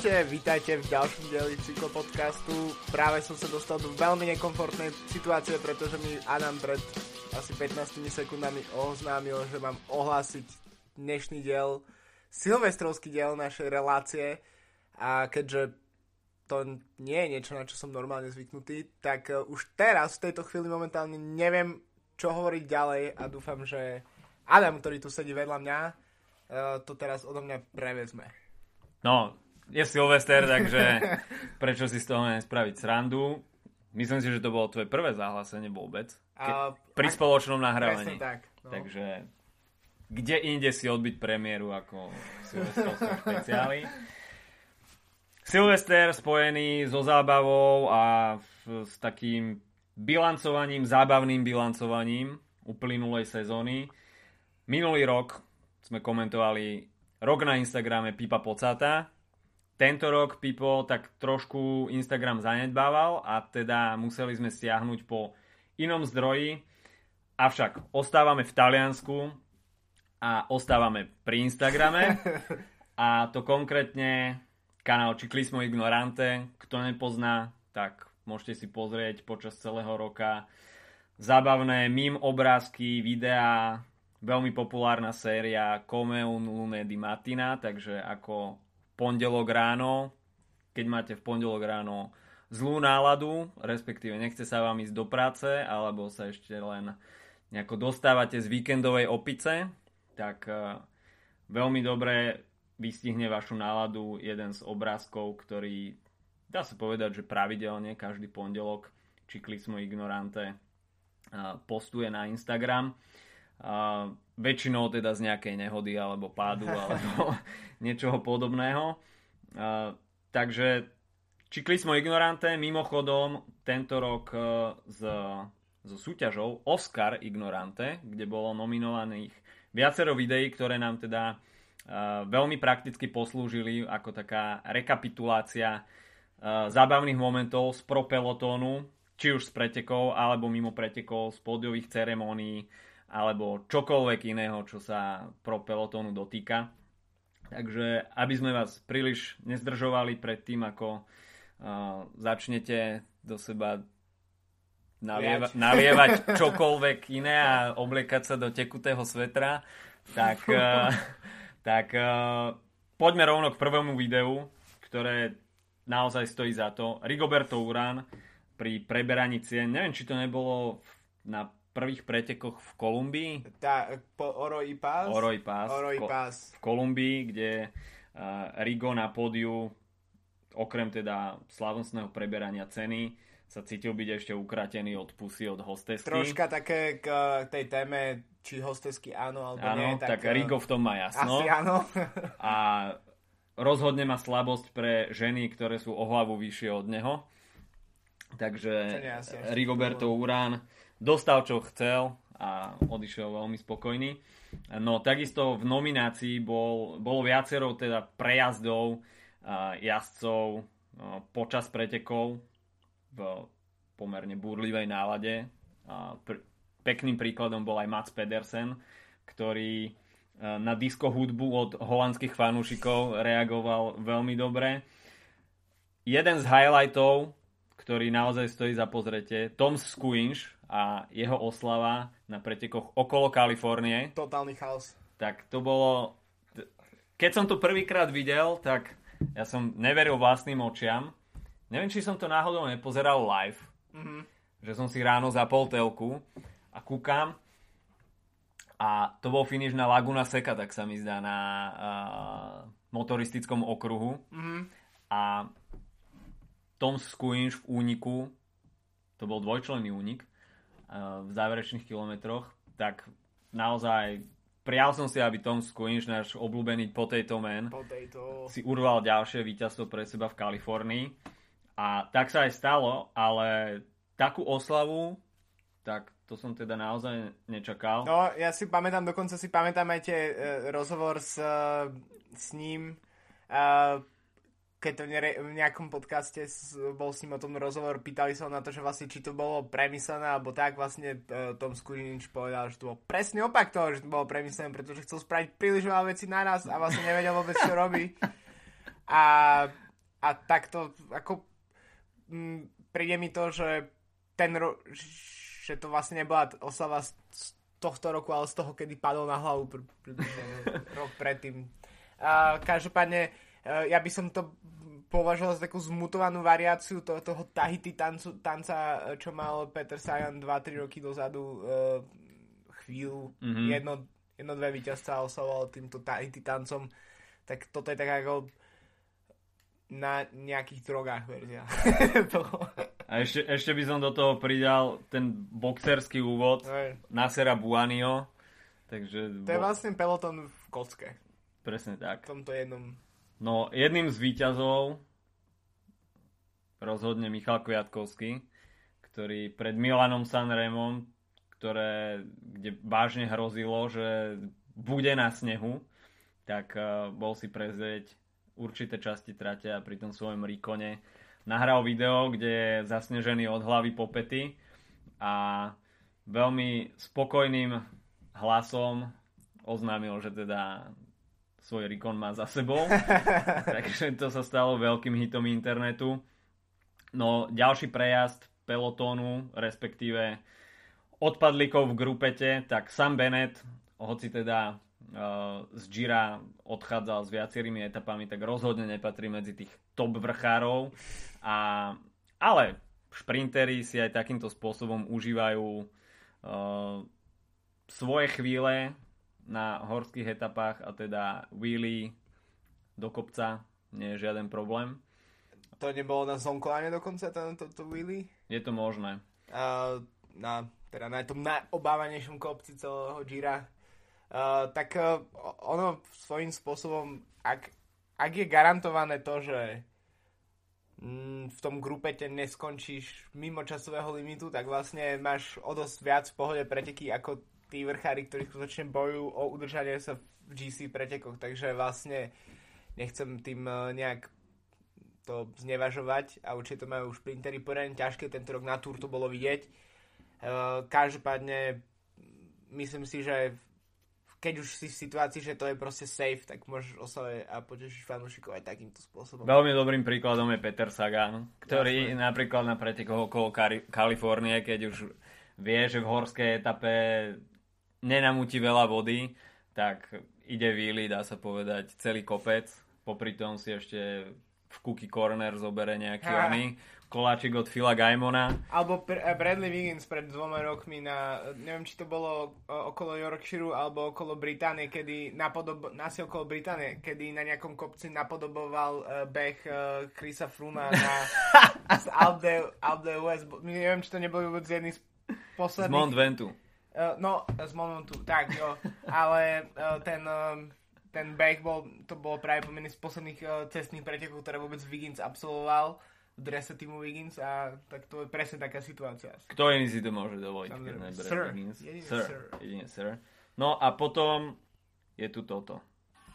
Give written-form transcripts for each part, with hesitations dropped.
Čaute, vítajte v ďalšom dieli cyklopodcastu. Práve som sa dostal do veľmi nekomfortnej situácie, pretože mi Adam pred asi 15 sekundami oznámil, že mám ohlásiť dnešný diel, silvestrovský diel našej relácie. A keďže to nie je niečo, na čo som normálne zvyknutý, tak už teraz, v tejto chvíli momentálne neviem, čo hovoriť ďalej a dúfam, že Adam, ktorý tu sedí vedľa mňa, to teraz odo mňa prevezme. No, je Silvester, takže prečo si z toho nespraviť srandu? Myslím si, že to bolo tvoje prvé zahlásenie vôbec. Pri spoločnom nahrávaní. Tak, no. Takže kde inde si odbiť premiéru ako silvestrovské špeciály? Silvester spojený so zábavou a s takým bilancovaním, zábavným bilancovaním uplynulej sezóny. Minulý rok sme komentovali rok na Instagrame Pipa Pocata. Tento rok Pipo tak trošku Instagram zanedbával a teda museli sme stiahnuť po inom zdroji. Avšak ostávame v Taliansku a ostávame pri Instagrame. A to konkrétne kanál Ciclismo Ignorante. Kto nepozná, tak môžete si pozrieť počas celého roka zábavné meme obrázky, videá, veľmi populárna séria Come un lume di mattina, takže ako pondelok ráno, keď máte v pondelok ráno zlú náladu, respektíve nechce sa vám ísť do práce, alebo sa ešte len nejako dostávate z víkendovej opice, tak veľmi dobre vystihne vašu náladu jeden z obrázkov, ktorý dá sa povedať, že pravidelne každý pondelok Ciclismo Ignorante postuje na Instagram. Väčšinou teda z nejakej nehody alebo pádu alebo niečoho podobného. Takže Ciclismo Ignorante, mimochodom tento rok so súťažou Oscar Ignorante, kde bolo nominovaných viacero videí, ktoré nám teda veľmi prakticky poslúžili ako taká rekapitulácia zábavných momentov z pro pelotónu, či už z pretekov alebo mimo pretekov, z pódiových ceremónií alebo čokoľvek iného, čo sa pro pelotónu dotýka. Takže aby sme vás príliš nezdržovali pred tým, ako začnete do seba nalievať čokoľvek iné a obliekať sa do tekutého svetra, tak poďme rovno k prvému videu, ktoré naozaj stojí za to. Rigoberto Urán pri preberaní cien. Neviem, či to nebolo na prvých pretekoch v Kolumbii. Oroy Pass. V Kolumbii, kde Rigo na pódiu, okrem teda slávnostného preberania ceny, sa cítil byť ešte ukratený od pusy, od hostesky. Troška také k tej téme, či hostesky áno alebo nie. Áno, tak Rigo v tom má jasno. Asi áno. A rozhodne má slabosť pre ženy, ktoré sú o hlavu vyššie od neho. Takže Rigoberto Urán dostal, čo chcel a odišiel veľmi spokojný. No takisto v nominácii bolo viacero teda prejazdov jazdcov počas pretekov v pomerne búrlivej nálade. Pekným príkladom bol aj Mats Pedersen, ktorý na disco hudbu od holandských fanúšikov reagoval veľmi dobre. Jeden z highlightov, ktorý naozaj stojí za pozretie, Tom Skuinš a jeho oslava na pretekoch okolo Kalifornie. Totálny chaos. Tak to bolo... Keď som to prvýkrát videl, tak ja som neveril vlastným očiam. Neviem, či som to náhodou nepozeral live. Mm-hmm. Že som si ráno zapol telku a kúkam. A to bol finish na Laguna Seca, tak sa mi zdá, na motoristickom okruhu. Mm-hmm. A Tom Skuinš v úniku, to bol dvojčlenný únik, v záverečných kilometroch, tak naozaj prial som si, aby Tom Skuinš, náš obľúbený Potato Man, si urval ďalšie víťazstvo pre seba v Kalifornii. A tak sa aj stalo, ale takú oslavu, tak to som teda naozaj nečakal. No, ja si pamätám, dokonca si pamätám aj tie rozhovor s ním, keď to v nejakom podcaste bol s ním o tom rozhovor, pýtali sa na to, že vlastne či to bolo premyslené, alebo tak vlastne Tom Skuinš povedal, že to bol presný opak toho, že to bolo premyslené, pretože chcel spraviť príliš veľa vecí naraz a vlastne nevedel vôbec, čo robí. A A takto, ako príde mi to, že že to vlastne nebola oslava z tohto roku, ale z toho, kedy padol na hlavu rok predtým. Každopádne, ja by som to považoval za takú zmutovanú variáciu toho Tahiti tanca, čo mal Peter Sagan 2-3 roky dozadu chvíľu. Jedno-dve víťazstva oslavoval týmto Tahiti tancom. Tak toto je tak ako na nejakých drogách verzia toho. A ešte by som do toho pridal ten boxerský úvod Nasera Buanio. Takže to je vlastne peloton v kocke. Presne tak. V tomto jednom. No, jedným z víťazov rozhodne Michal Kviatkovský, ktorý pred Milanom Sanremom, kde vážne hrozilo, že bude na snehu, tak bol si prezrieť určité časti trate a pri tom svojom Rikone nahral video, kde je zasnežený od hlavy po pety a veľmi spokojným hlasom oznámil, že teda svoj Rikon má za sebou. Takže to sa stalo veľkým hitom internetu. No ďalší prejazd pelotónu, respektíve odpadlíkov v grupete, tak Sam Bennett, hoci teda z Gira odchádzal s viacerými etapami, tak rozhodne nepatrí medzi tých top vrchárov. Ale šprinteri si aj takýmto spôsobom užívajú svoje chvíle na horských etapách a teda wheelie do kopca nie je žiaden problém. To nebolo na Zonkoláne dokonca, to wheelie? Je to možné. Teda na tom najobávanejšom kopci celého Gira. Tak ono svojím spôsobom, ak je garantované to, že v tom grupete neskončíš mimo časového limitu, tak vlastne máš o dosť viac v pohode preteky ako tí vrchári, ktorí skutočne bojujú o udržanie sa v GC pretekoch. Takže vlastne nechcem tým nejak to znevažovať a určite to majú šprinteri poriadne ťažké. Tento rok na Tour to bolo vidieť. Každopádne myslím si, že keď už si v situácii, že to je proste safe, tak môžeš oslavať a potešiť fanúšikov aj takýmto spôsobom. Veľmi dobrým príkladom je Peter Sagan, ktorý napríklad na pretekoch okolo Kalifornie, keď už vie, že v horskej etape nenamúti veľa vody, tak ide wheelie, dá sa povedať, celý kopec. Popri tom si ešte v Cookie Corner zobere nejaký koláčik od Phila Gaimona. Alebo Bradley Wiggins pred 2 rokmi neviem, či to bolo okolo Yorkshireu alebo okolo Británie, kedy asi okolo Británie, kedy na nejakom kopci napodoboval beh Chrisa Frooma z Alpe d'Huez. Neviem, či to nebol vôbec jedný z posledných... Z Mont Ventu. Z Mont Ventu, tak jo. Ale ten beh to bolo práve pomený z posledných cestných pretekov, ktoré vôbec Wiggins absolvoval v drese týmu Wiggins a tak to je presne taká situácia. Kto iný si to môže dovoliť? Sir. Jedine Sir. No a potom je tu toto.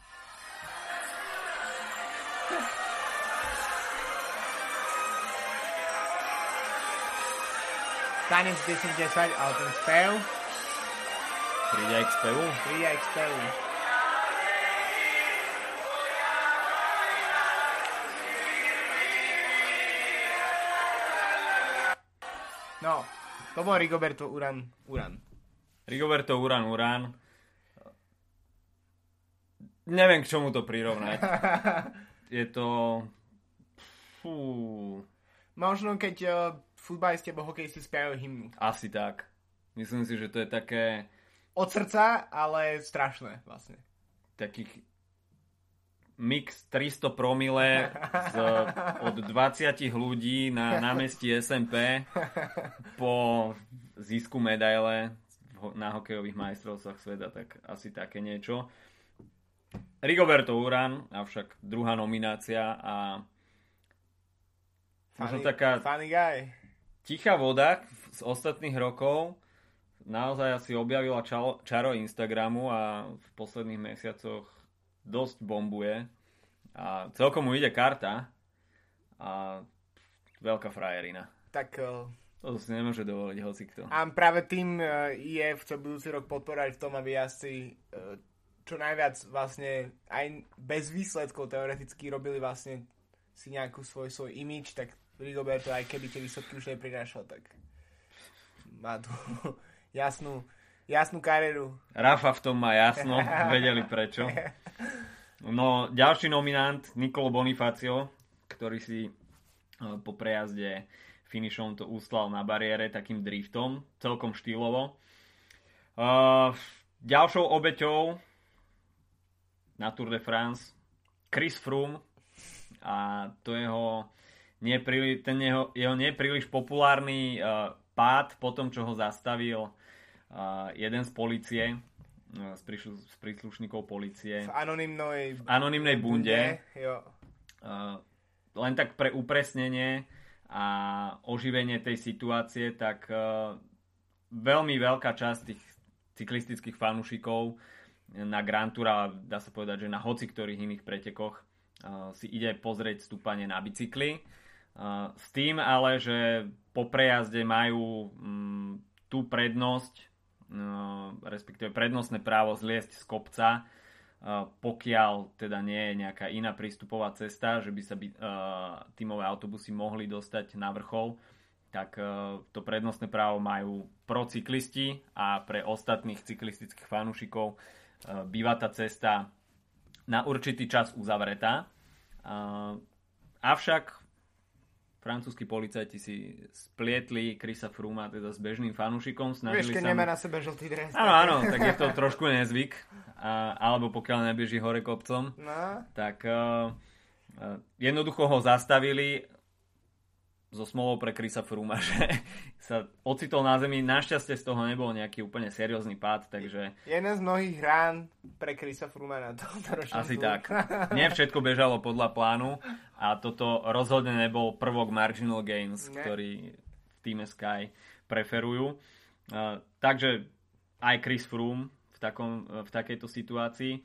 Tanec 10-10, ale ten spev príde aj k spevu? Príde aj k spevu. No, to bol Rigoberto Urán. Rigoberto Urán. Neviem, k čomu to prirovnať. Je to... Možno keď futbalisti alebo hokejisti spievajú hymnu. Asi tak. Myslím si, že to je také... Od srdca, ale strašné vlastne. Takých mix 300 promile od 20 ľudí na námestí SMP po zisku medaile na hokejových majstrovstvách sveta, tak asi také niečo. Rigoberto Urán, avšak druhá nominácia a možno taká funny guy. Tichá voda z ostatných rokov naozaj asi objavila čaro Instagramu a v posledných mesiacoch dosť bombuje a celkom mu ide karta a veľká frajerina. Tak to si nemôže dovoliť hocikto. A práve tým je chce budúci rok podporať v tom, aby jazdci čo najviac vlastne aj bez výsledkov teoreticky robili vlastne si nejakú svoj image, tak Rigoberto, aj keby tie výsledky už neprinášal, tak má tu jasnú kariéru. Rafa v tom má jasno, vedeli prečo. No, ďalší nominant, Nicolo Bonifacio, ktorý si po prejazde finišom to ustlal na bariére takým driftom, celkom štýlovo. Ďalšou obeťou na Tour de France Chris Froome a to jeho nepríliš populárny pád po tom, čo ho zastavil jeden z polície, z príslušníkov polície v anonymnej bunde. Jo. Len tak pre upresnenie a oživenie tej situácie, tak veľmi veľká časť tých cyklistických fanúšikov na Grand Tour a dá sa povedať, že na hoci ktorých iných pretekoch si ide pozrieť stúpanie na bicykli. S tým ale, že po prejazde majú tú prednosť, respektíve prednostné právo zliesť z kopca, pokiaľ teda nie je nejaká iná prístupová cesta, že by sa tímové autobusy mohli dostať na vrchol, tak to prednostné právo majú pro cyklisti a pre ostatných cyklistických fanúšikov býva tá cesta na určitý čas uzavretá. Avšak francúzski policajti si splietli Chrisa Frooma teda s bežným fanúšikom. Vieš, keď nemá na sebe žltý dres. Áno, tak je to trošku nezvyk. Alebo pokiaľ nebeží hore kopcom. No. Tak jednoducho ho zastavili so smolou pre Chrisa Frooma, že sa ocitol na zemi. Našťastie z toho nebol nejaký úplne seriózny pád, takže... Jeden z mnohých rán pre Chrisa Frooma na tomto ročnom asi tak. Nie všetko bežalo podľa plánu a toto rozhodne nebol prvok Marginal Gains, ktorý v týme Sky preferujú. Takže aj Chris Froome v takejto situácii.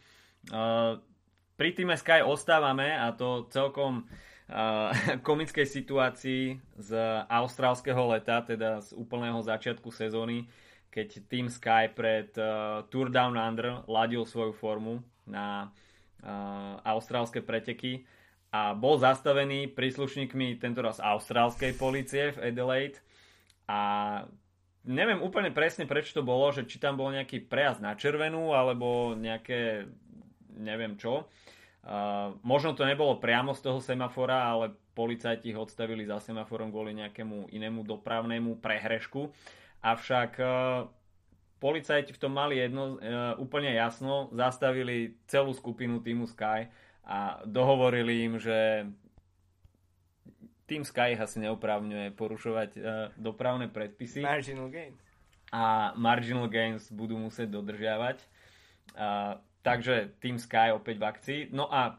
Pri týme Sky ostávame a to celkom komickej situácii z austrálskeho leta, teda z úplného začiatku sezóny, keď Team Sky pred Tour Down Under ladil svoju formu na austrálske preteky a bol zastavený príslušníkmi tentoraz austrálskej polície v Adelaide a neviem úplne presne prečo to bolo, že či tam bol nejaký prejazd na červenú alebo nejaké neviem čo. Možno to nebolo priamo z toho semafora, ale policajti ho odstavili za semaforom kvôli nejakému inému dopravnému prehrešku. Avšak policajti v tom mali úplne jasno, zastavili celú skupinu týmu Sky a dohovorili im, že Team Sky ich asi neoprávňuje porušovať dopravné predpisy. Marginal gains budú musieť dodržiavať. Takže Team Sky opäť v akcii. No a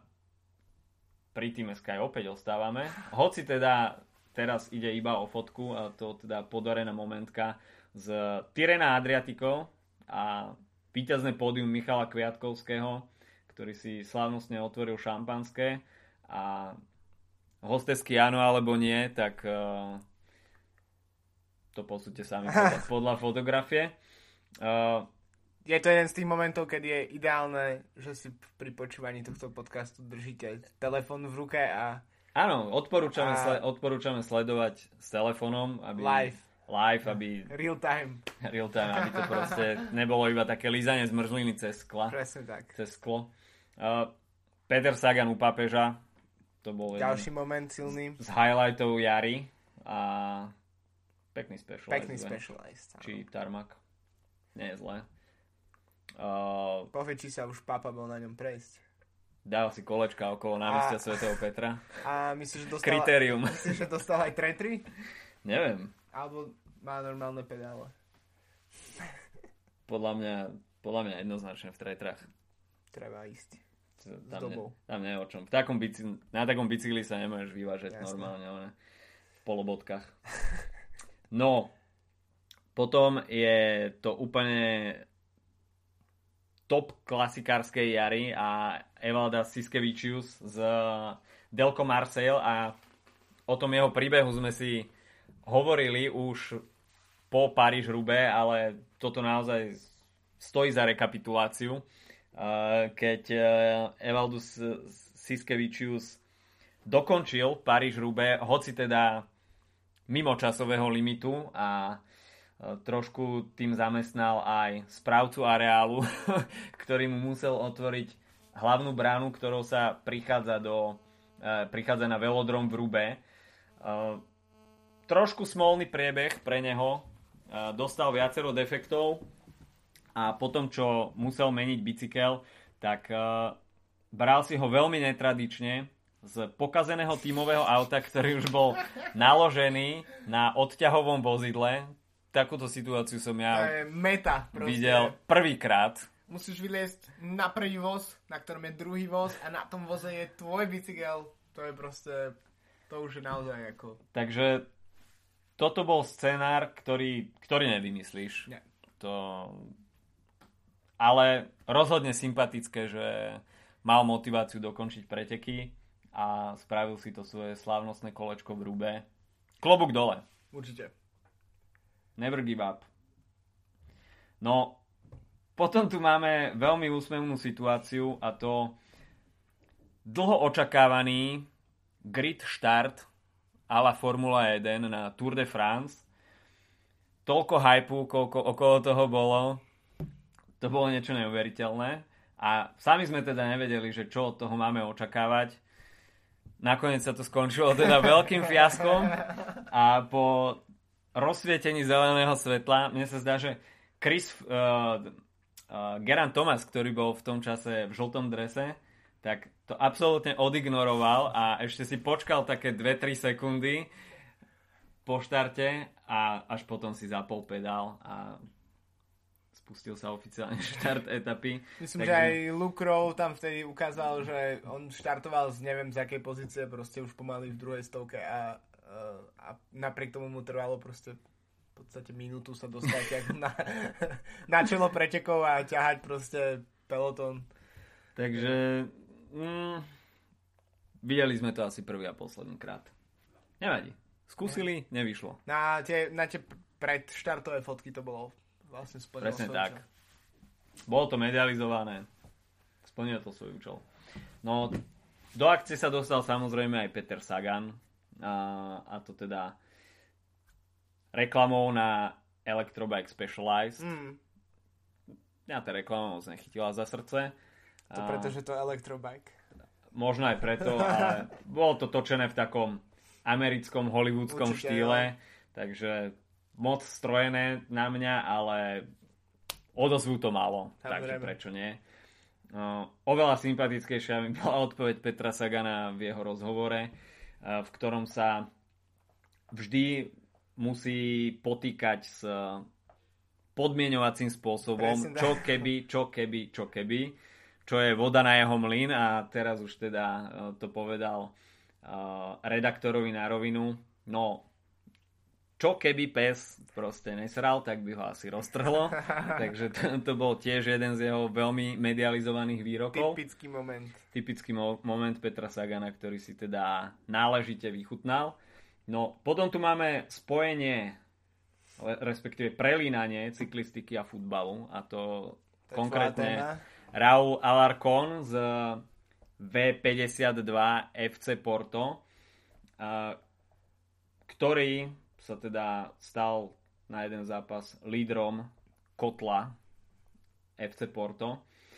pri týme Sky opäť ostávame. Hoci teda teraz ide iba o fotku, a to teda podarená momentka z Tirrena Adriatico a víťazné pódium Michala Kviatkovského, ktorý si slávnostne otvoril šampanské a hostesky áno alebo nie, tak to posúďte sami podľa fotografie. Je to jeden z tých momentov, keď je ideálne, že si pri počúvaní tohto podcastu držíte telefón v ruke a... Áno, odporúčame sledovať s telefónom, aby... Live, aby... Real time, aby to proste nebolo iba také lízanie zmrzliny cez skla. Presne tak. Cez sklo. Peter Sagan u pápeža, to bol ďalší moment silný. Z highlightov jary a pekný specialized. Či tarmac. Nie je zlé. Povie, či sa už Papa bol na ňom prejsť. Dal si kolečka okolo námestia svätého Petra. A myslíš, že dostal... Kritérium. Myslíš, že dostal aj tretry? Neviem. Alebo má normálne pedále. Podľa mňa jednoznačne v tretrách. Treba ísť. Tam nie je o čom. Na takom bicykli sa nemôžeš vyvážať normálne, ale v polobodkách. No, potom je to úplne top klasikárskej jary a Evaldas Siskevičius z Delko Marseille a o tom jeho príbehu sme si hovorili už po Paríž-Roubaix, ale toto naozaj stojí za rekapituláciu, keď Evaldus Siskevičius dokončil Paríž-Roubaix, hoci teda mimo časového limitu a trošku tým zamestnal aj správcu areálu, ktorý mu musel otvoriť hlavnú bránu, ktorou sa prichádza na velodrom v Roubaix. Trošku smolný priebeh pre neho, dostal viacero defektov a potom, čo musel meniť bicykel, tak bral si ho veľmi netradične z pokazeného tímového auta, ktorý už bol naložený na odťahovom vozidle. Takúto situáciu som ja videl prvýkrát. Musíš vyliesť na prvý voz, na ktorom je druhý voz a na tom voze je tvoj bicykel. To je proste, to už je naozaj ako... Takže toto bol scenár, ktorý nevymyslíš. Nie. Ale rozhodne sympatické, že mal motiváciu dokončiť preteky a spravil si to svoje slávnostné kolečko v Roubaix. Klobúk dole. Určite. Never give up. No, potom tu máme veľmi úsmevnú situáciu a to dlho očakávaný grid štart a la Formula 1 na Tour de France. Toľko hypu, koľko okolo toho bolo, to bolo niečo neuveriteľné a sami sme teda nevedeli, že čo od toho máme očakávať. Nakoniec sa to skončilo teda veľkým fiaskom a po rozsvietení zeleného svetla mne sa zdá, že Geraint Thomas, ktorý bol v tom čase v žltom drese, tak to absolútne odignoroval a ešte si počkal také 2-3 sekundy po štarte a až potom si zapol pedál a spustil sa oficiálne štart etapy. Myslím, že aj Luke Rowe tam vtedy ukázal, že on štartoval z neviem z akej pozície, proste už pomaly v druhej stovke a napriek tomu mu trvalo proste v podstate minútu sa dostať na čelo pretekov a ťahať proste pelotón. Takže videli sme to asi prvý a posledný krát. Nevadí. Skúsili, nevyšlo. Na tie predštartové fotky to bolo vlastne splnilo. Presne tak. Bolo to medializované. Splnilo to svoj účel. No, do akcie sa dostal samozrejme aj Peter Sagan, a to teda reklamou na Electrobike Specialized. Ja tá reklama moc nechytila za srdce. To preto, že to je Electrobike. Možno aj preto, ale bolo to točené v takom americkom, hollywoodskom štýle, takže moc strojené na mňa, ale odozvu to malo, takže prečo nie. Oveľa sympatickejšia mi bola odpoveď Petra Sagana v jeho rozhovore, v ktorom sa vždy musí potýkať s podmieňovacím spôsobom, čo keby, čo je voda na jeho mlyn a teraz už teda to povedal redaktorovi na rovinu. No, čo keby pes proste nesral, tak by ho asi roztrhlo. Takže to bol tiež jeden z jeho veľmi medializovaných výrokov. Typický moment Petra Sagana, ktorý si teda náležite vychutnal. No, potom tu máme spojenie, respektíve prelínanie cyklistiky a futbalu. A to konkrétne Raúl Alarcón z V52 FC Porto, ktorý sa teda stal na jeden zápas lídrom kotla FC Porto.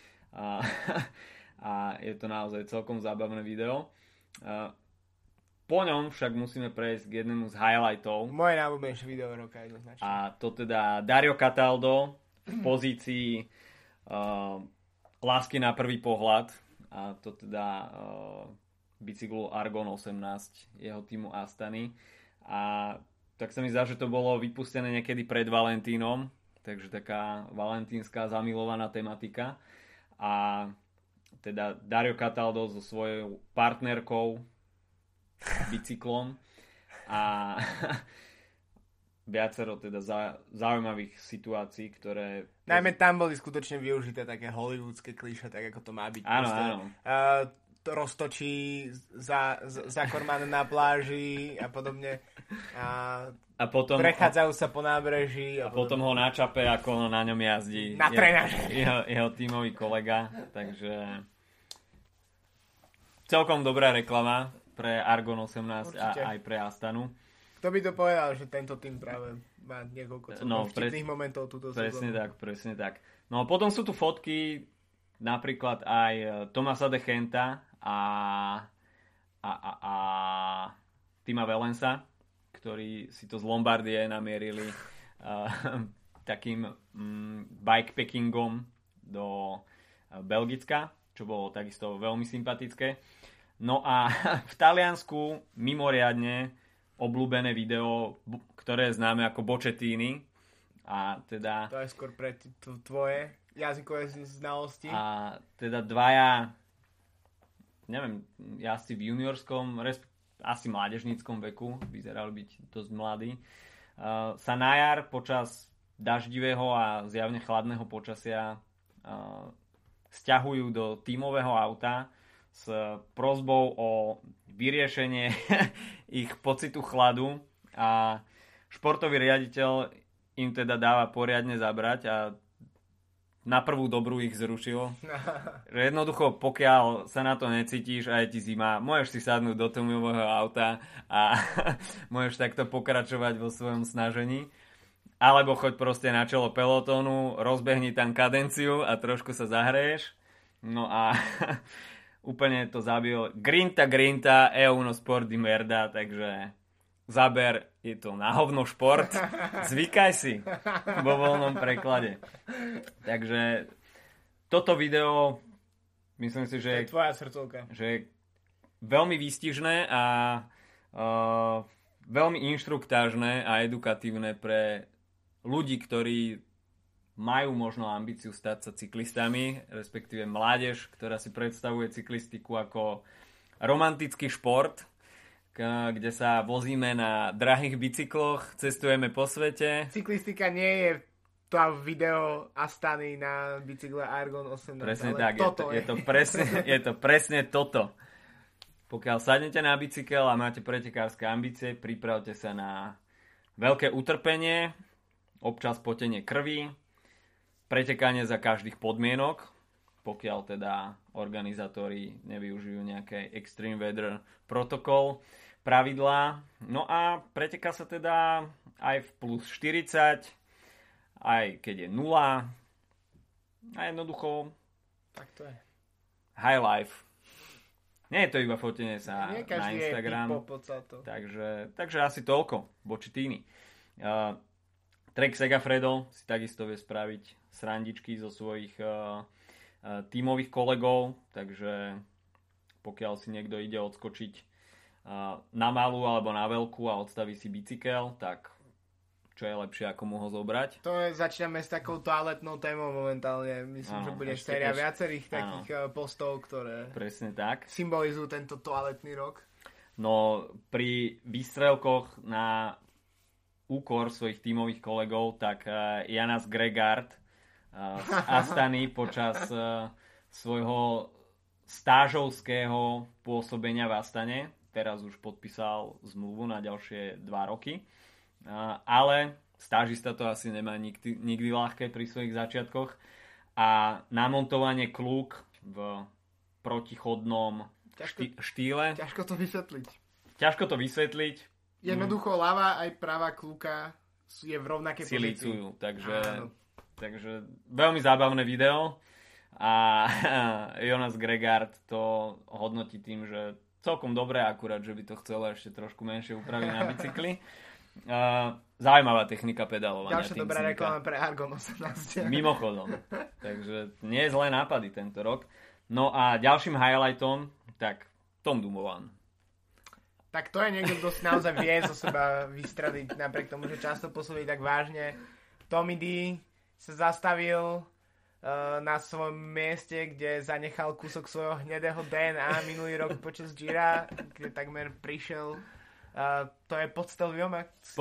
A je to naozaj celkom zábavné video. Po ňom však musíme prejsť k jednému z highlightov. Moje najľúbenejšie video roka jednoznačne. A to teda Dario Cataldo v pozícii lásky na prvý pohľad. A to teda bicyklu Argon 18 jeho týmu Astany. A tak sa mi zdá, že to bolo vypustené niekedy pred Valentínom, takže taká valentínska zamilovaná tematika. A teda Dario Cataldo so svojou partnerkou bicyklom a viacero teda zaujímavých situácií, ktoré... Najmä tam boli skutočne využité také hollywoodske klíše, tak ako to má byť. Áno. Roztočí za korman na pláži a podobne. A potom prechádzajú sa po nábreží. A potom ho načape, ako na ňom jazdí na trenaži jeho tímový kolega. Takže celkom dobrá reklama pre Argon 18 a aj pre Astanu. Kto by to povedal, že tento tým práve má niekoľko vtipných momentov túto sezónu. Presne tak. No potom sú tu fotky napríklad aj Tomasa de Genta a Tima Valensa, ktorí si to z Lombardie namierili takým bikepackingom do Belgicka, čo bolo takisto veľmi sympatické. No a v Taliansku mimoriadne obľúbené video, ktoré známe ako Bocchettini. A teda... To je skôr pre tvoje jazykové znalosti. A teda dvaja, neviem, jazdci v juniorskom, asi mládežníckom veku, vyzerali byť dosť mladí, sa na jar počas daždivého a zjavne chladného počasia sťahujú do tímového auta s prosbou o vyriešenie ich pocitu chladu a športový riaditeľ im teda dáva poriadne zabrať a na prvú dobrú ich zrušil. Jednoducho, pokiaľ sa na to necítiš a je ti zima, môžeš si sadnúť do tímového auta a môžeš takto pokračovať vo svojom snažení. Alebo choď proste na čelo pelotónu, rozbehni tam kadenciu a trošku sa zahreješ. No a úplne to zabil. Grinta, è uno sport di merda, takže zaber, je to na hovno šport. Zvykaj si vo voľnom preklade. Takže toto video, myslím si, že je tvoja srdcovka. Že je veľmi výstižné a veľmi inštruktážne a edukatívne pre ľudí, ktorí majú možno ambíciu stať sa cyklistami, respektíve mládež, ktorá si predstavuje cyklistiku ako romantický šport, kde sa vozíme na drahých bicykloch, cestujeme po svete. Cyklistika nie je to video Astany na bicykle Argon 18. Presne tak, je to presne toto. Pokiaľ sadnete na bicykel a máte pretekárske ambície, pripravte sa na veľké utrpenie, občas potenie krvi, pretekanie za každých podmienok, pokiaľ teda organizátori nevyužijú nejaké extreme weather protokol, pravidlá. No a preteká sa teda aj v plus 40, aj keď je 0. A jednoducho tak to je. High life. Nie je to iba fotenie sa na Instagram. Takže asi toľko. Bocchettini. Trek Segafredo si takisto vie spraviť srandičky zo svojich tímových kolegov, takže pokiaľ si niekto ide odskočiť na malú alebo na veľkú a odstaví si bicykel, tak čo je lepšie, ako mu ho zobrať? Začíname s takou toaletnou témou momentálne. Myslím, že bude séria viacerých takých postov, ktoré presne tak symbolizujú tento toaletný rok. No pri výstrelkoch na úkor svojich tímových kolegov, tak Jonas Gregard z Astany počas svojho stážovského pôsobenia v Astane, teraz už podpísal zmluvu na ďalšie 2 roky, ale stážista to asi nemá nikdy ľahké pri svojich začiatkoch a namontovanie klúk v protichodnom štýle. Ťažko to vysvetliť. Jednoducho ľavá aj pravá klúka je v rovnakej pozícii. Takže veľmi zábavné video a Jonas Gregard to hodnotí tým, že celkom dobré, akurát, že by to chcelo ešte trošku menšie upraviť na bicykli. Zaujímavá technika pedalovania. Ďalšia dobrá reklama pre Argon 18. Mimochodom. Takže nie je zlé nápady tento rok. No a ďalším highlightom, tak Tom Dumoulin. Tak to je niekto, kto si naozaj vie zo seba vystradiť, napriek tomu, že často pôsobí tak vážne. Tommy D sa zastavil na svojom mieste, kde zanechal kúsok svojho hnedého DNA minulý rok počas Gira, kde takmer prišiel. To je pod Stelviom,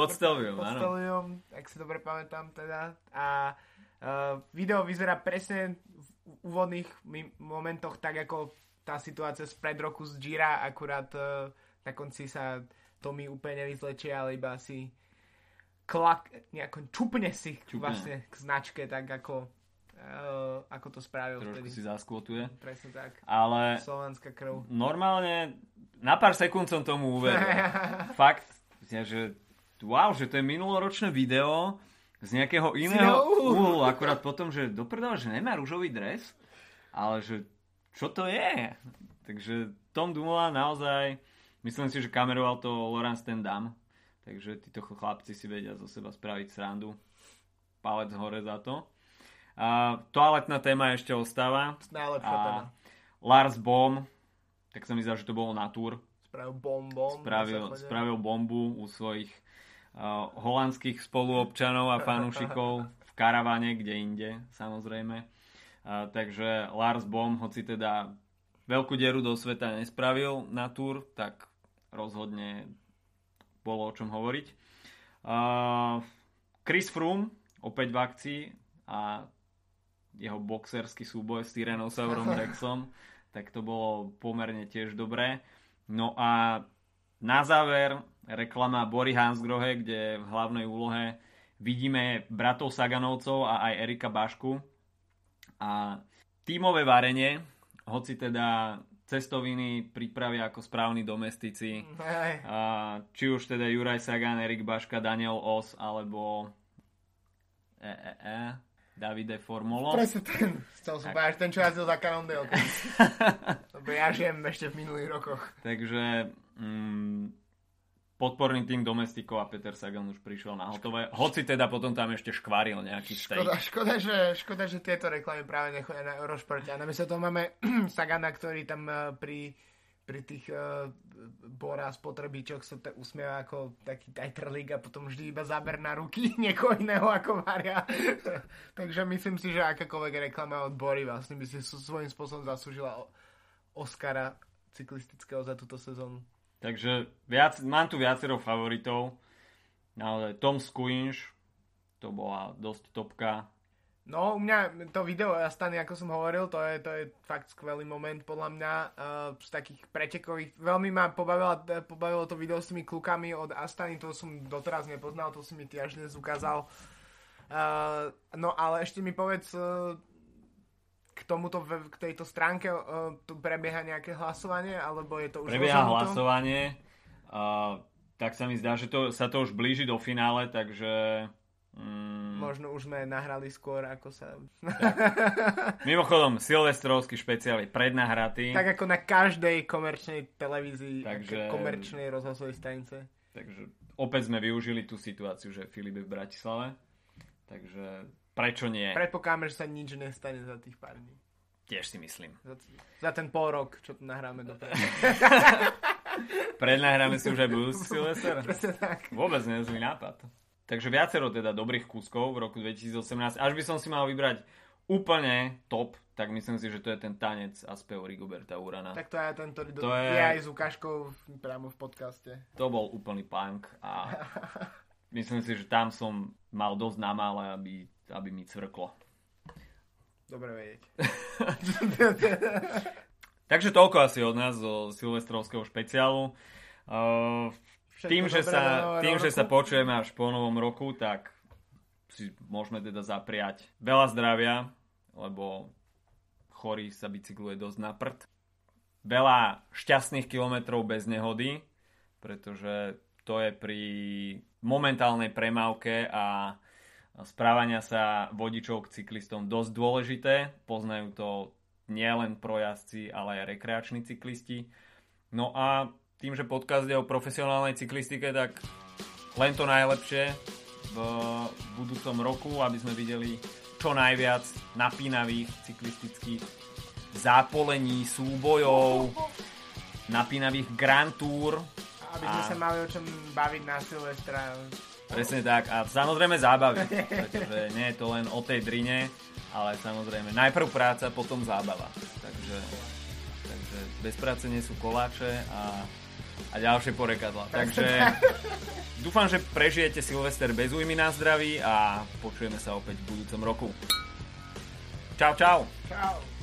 áno. Ak si dobre pamätám teda. A video vyzerá presne v úvodných momentoch tak, ako tá situácia spred roku z Gira, akurát na konci sa Tommy úplne nevyzlečie, ale iba si čupne si vlastne k značke, tak ako ako to spravil trošku vtedy. si zaskvotuje. Presne tak. Ale Slovanská krv. normálne na pár sekúnd som tomu uveril. Fakt, že wow, že to je minuloročné video z nejakého iného uhlu. Akurát potom, že doprdal, že nemá ružový dres, ale že čo to je? Takže Tom Dumoulin naozaj, myslím si, že kameroval to Laurent Stendhal, takže títo chlapci si vedia zo seba spraviť srandu. Palec hore za to. Toaletná téma ešte ostáva. Najlepšia téma. Lars Bohm, tak sa mi zdá, že to bolo na túr. Spravil bombu u svojich holandských spoluobčanov a fanúšikov v karavane, kde inde, samozrejme. Takže Lars Bohm, hoci teda veľkú dieru do sveta nespravil na túr, tak rozhodne bolo o čom hovoriť. Chris Froome, opäť v akcii a jeho boxerský súboj s Tyrannosaurom Rexom, tak to bolo pomerne tiež dobré. No a na záver reklama Bory Hansgrohe, kde v hlavnej úlohe vidíme bratov Saganovcov a aj Erika Bašku. A tímové varenie, hoci teda cestoviny pripravia ako správni domestici, či už teda Juraj Sagan, Erik Baška, Daniel Os alebo Davide Formolo. Presne ten, chcel som povedať, ten čo jazdil za Cannondale. Lebo ja žijem ešte v minulých rokoch. Takže podporný tým domestikov a Peter Sagan už prišiel na hotové. Hoci teda potom tam ešte škvaril nejaký steak. Škoda, že tieto reklamy práve nechodia na Eurošporte. A namiesto toho máme Sagana, ktorý tam pri tých Bora spotrebičoch sa usmieva ako taký trlík a potom vždy iba záber na ruky niekoho iného ako varia. Takže myslím si, že akákoľvek reklama od Bory vlastne by si svojím spôsobom zaslúžila Oscara cyklistického za túto sezónu. Takže mám tu viacero favoritov. Naozaj Tom Skujinš, to bola dosť topka. No, u mňa to video Astany, ako som hovoril, to je fakt skvelý moment podľa mňa z takých pretekových. Veľmi ma pobavilo to video s tými klukami od Astany, to som doteraz nepoznal, to si mi ty až dnes ukázal. No ale ešte mi povedz, k tejto stránke tu prebieha nejaké hlasovanie, alebo je to už prebieha hlasovanie, tak sa mi zdá, že sa to už blíži do finále, takže možno už sme nahrali skôr, ako sa... Mimochodom, silvestrovský špeciál je prednahratý. Tak ako na každej komerčnej televízii, komerčnej rozhlasovej stanice. Takže opäť sme využili tú situáciu, že Filip je v Bratislave. Takže prečo nie? Predpokladáme, že sa nič nestane za tých pár dní. Tiež si myslím. Za ten pol rok, čo tu nahráme dopredu. Prednahráme si už aj budúci Silvester? Presne tak. Vôbec nezlý nápad. Takže viacero teda dobrých kúskov v roku 2018. Až by som si mal vybrať úplne top, tak myslím si, že to je ten tanec a spev Rigoberta Urana. Tak to je ten, ktorý je aj s ukážkou priamo v podcaste. To bol úplný punk a myslím si, že tam som mal dosť namále, aby mi cvrklo. Dobre vedieť. Takže toľko asi od nás zo silvestrovského špeciálu. Tým, že sa počujeme až po novom roku, tak si môžeme teda zapriať veľa zdravia, lebo chorý sa bicykluje dosť na prd. Veľa šťastných kilometrov bez nehody, pretože to je pri momentálnej premávke a správania sa vodičov k cyklistom dosť dôležité. Poznajú to nielen projazdci, ale aj rekreační cyklisti. No a tým, že podcast je o profesionálnej cyklistike, tak len to najlepšie v budúcom roku, aby sme videli čo najviac napínavých cyklistických zápolení, súbojov, napínavých Grand Tour. Aby sme sa mali o čom baviť na Silvestra. Presne tak. A samozrejme zábavy, pretože nie je to len o tej drine, ale samozrejme najprv práca, potom zábava. Takže bez práce nie sú koláče a ďalšie porekadlá. Takže dúfam, že prežijete Silvester bez újmy na zdraví a počujeme sa opäť v budúcom roku. Čau, čau. Čau.